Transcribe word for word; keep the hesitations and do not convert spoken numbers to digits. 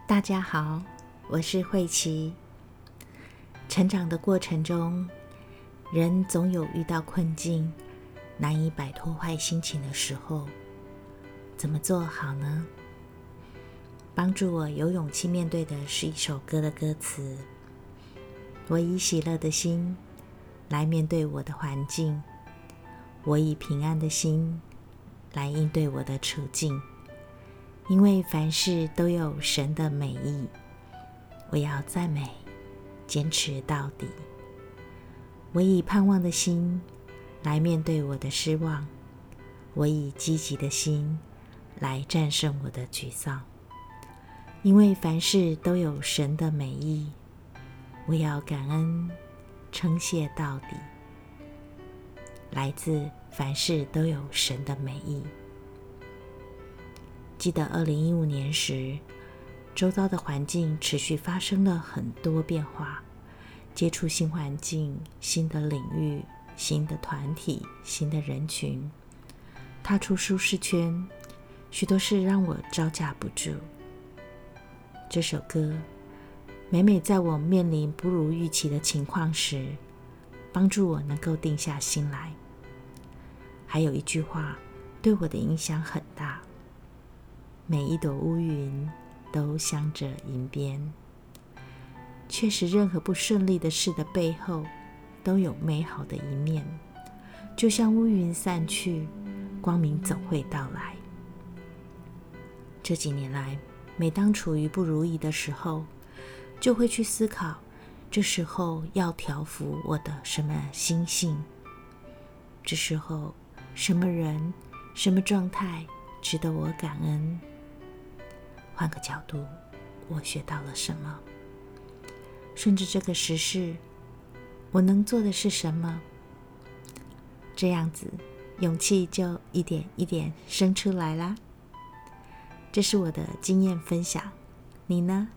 大家好，我是慧琪。成长的过程中，人总有遇到困境，难以摆脱坏心情的时候，怎么做好呢？帮助我有勇气面对的是一首歌的歌词：我以喜乐的心来面对我的环境，我以平安的心来应对我的处境，因为凡事都有神的美意，我要赞美，坚持到底。我以盼望的心来面对我的失望，我以积极的心来战胜我的沮丧，因为凡事都有神的美意，我要感恩，称谢到底。来自凡事都有神的美意。记得二零一五年时，周遭的环境持续发生了很多变化，接触新环境、新的领域、新的团体、新的人群，踏出舒适圈，许多事让我招架不住。这首歌每每在我面临不如预期的情况时，帮助我能够定下心来。还有一句话对我的影响很大：每一朵乌云都镶着银边。确实，任何不顺利的事的背后都有美好的一面，就像乌云散去，光明总会到来。这几年来，每当处于不如意的时候，就会去思考，这时候要调伏我的什么心性？这时候什么人、什么状态值得我感恩？换个角度，我学到了什么？顺着这个时事，我能做的是什么？这样子，勇气就一点一点生出来啦。这是我的经验分享，你呢？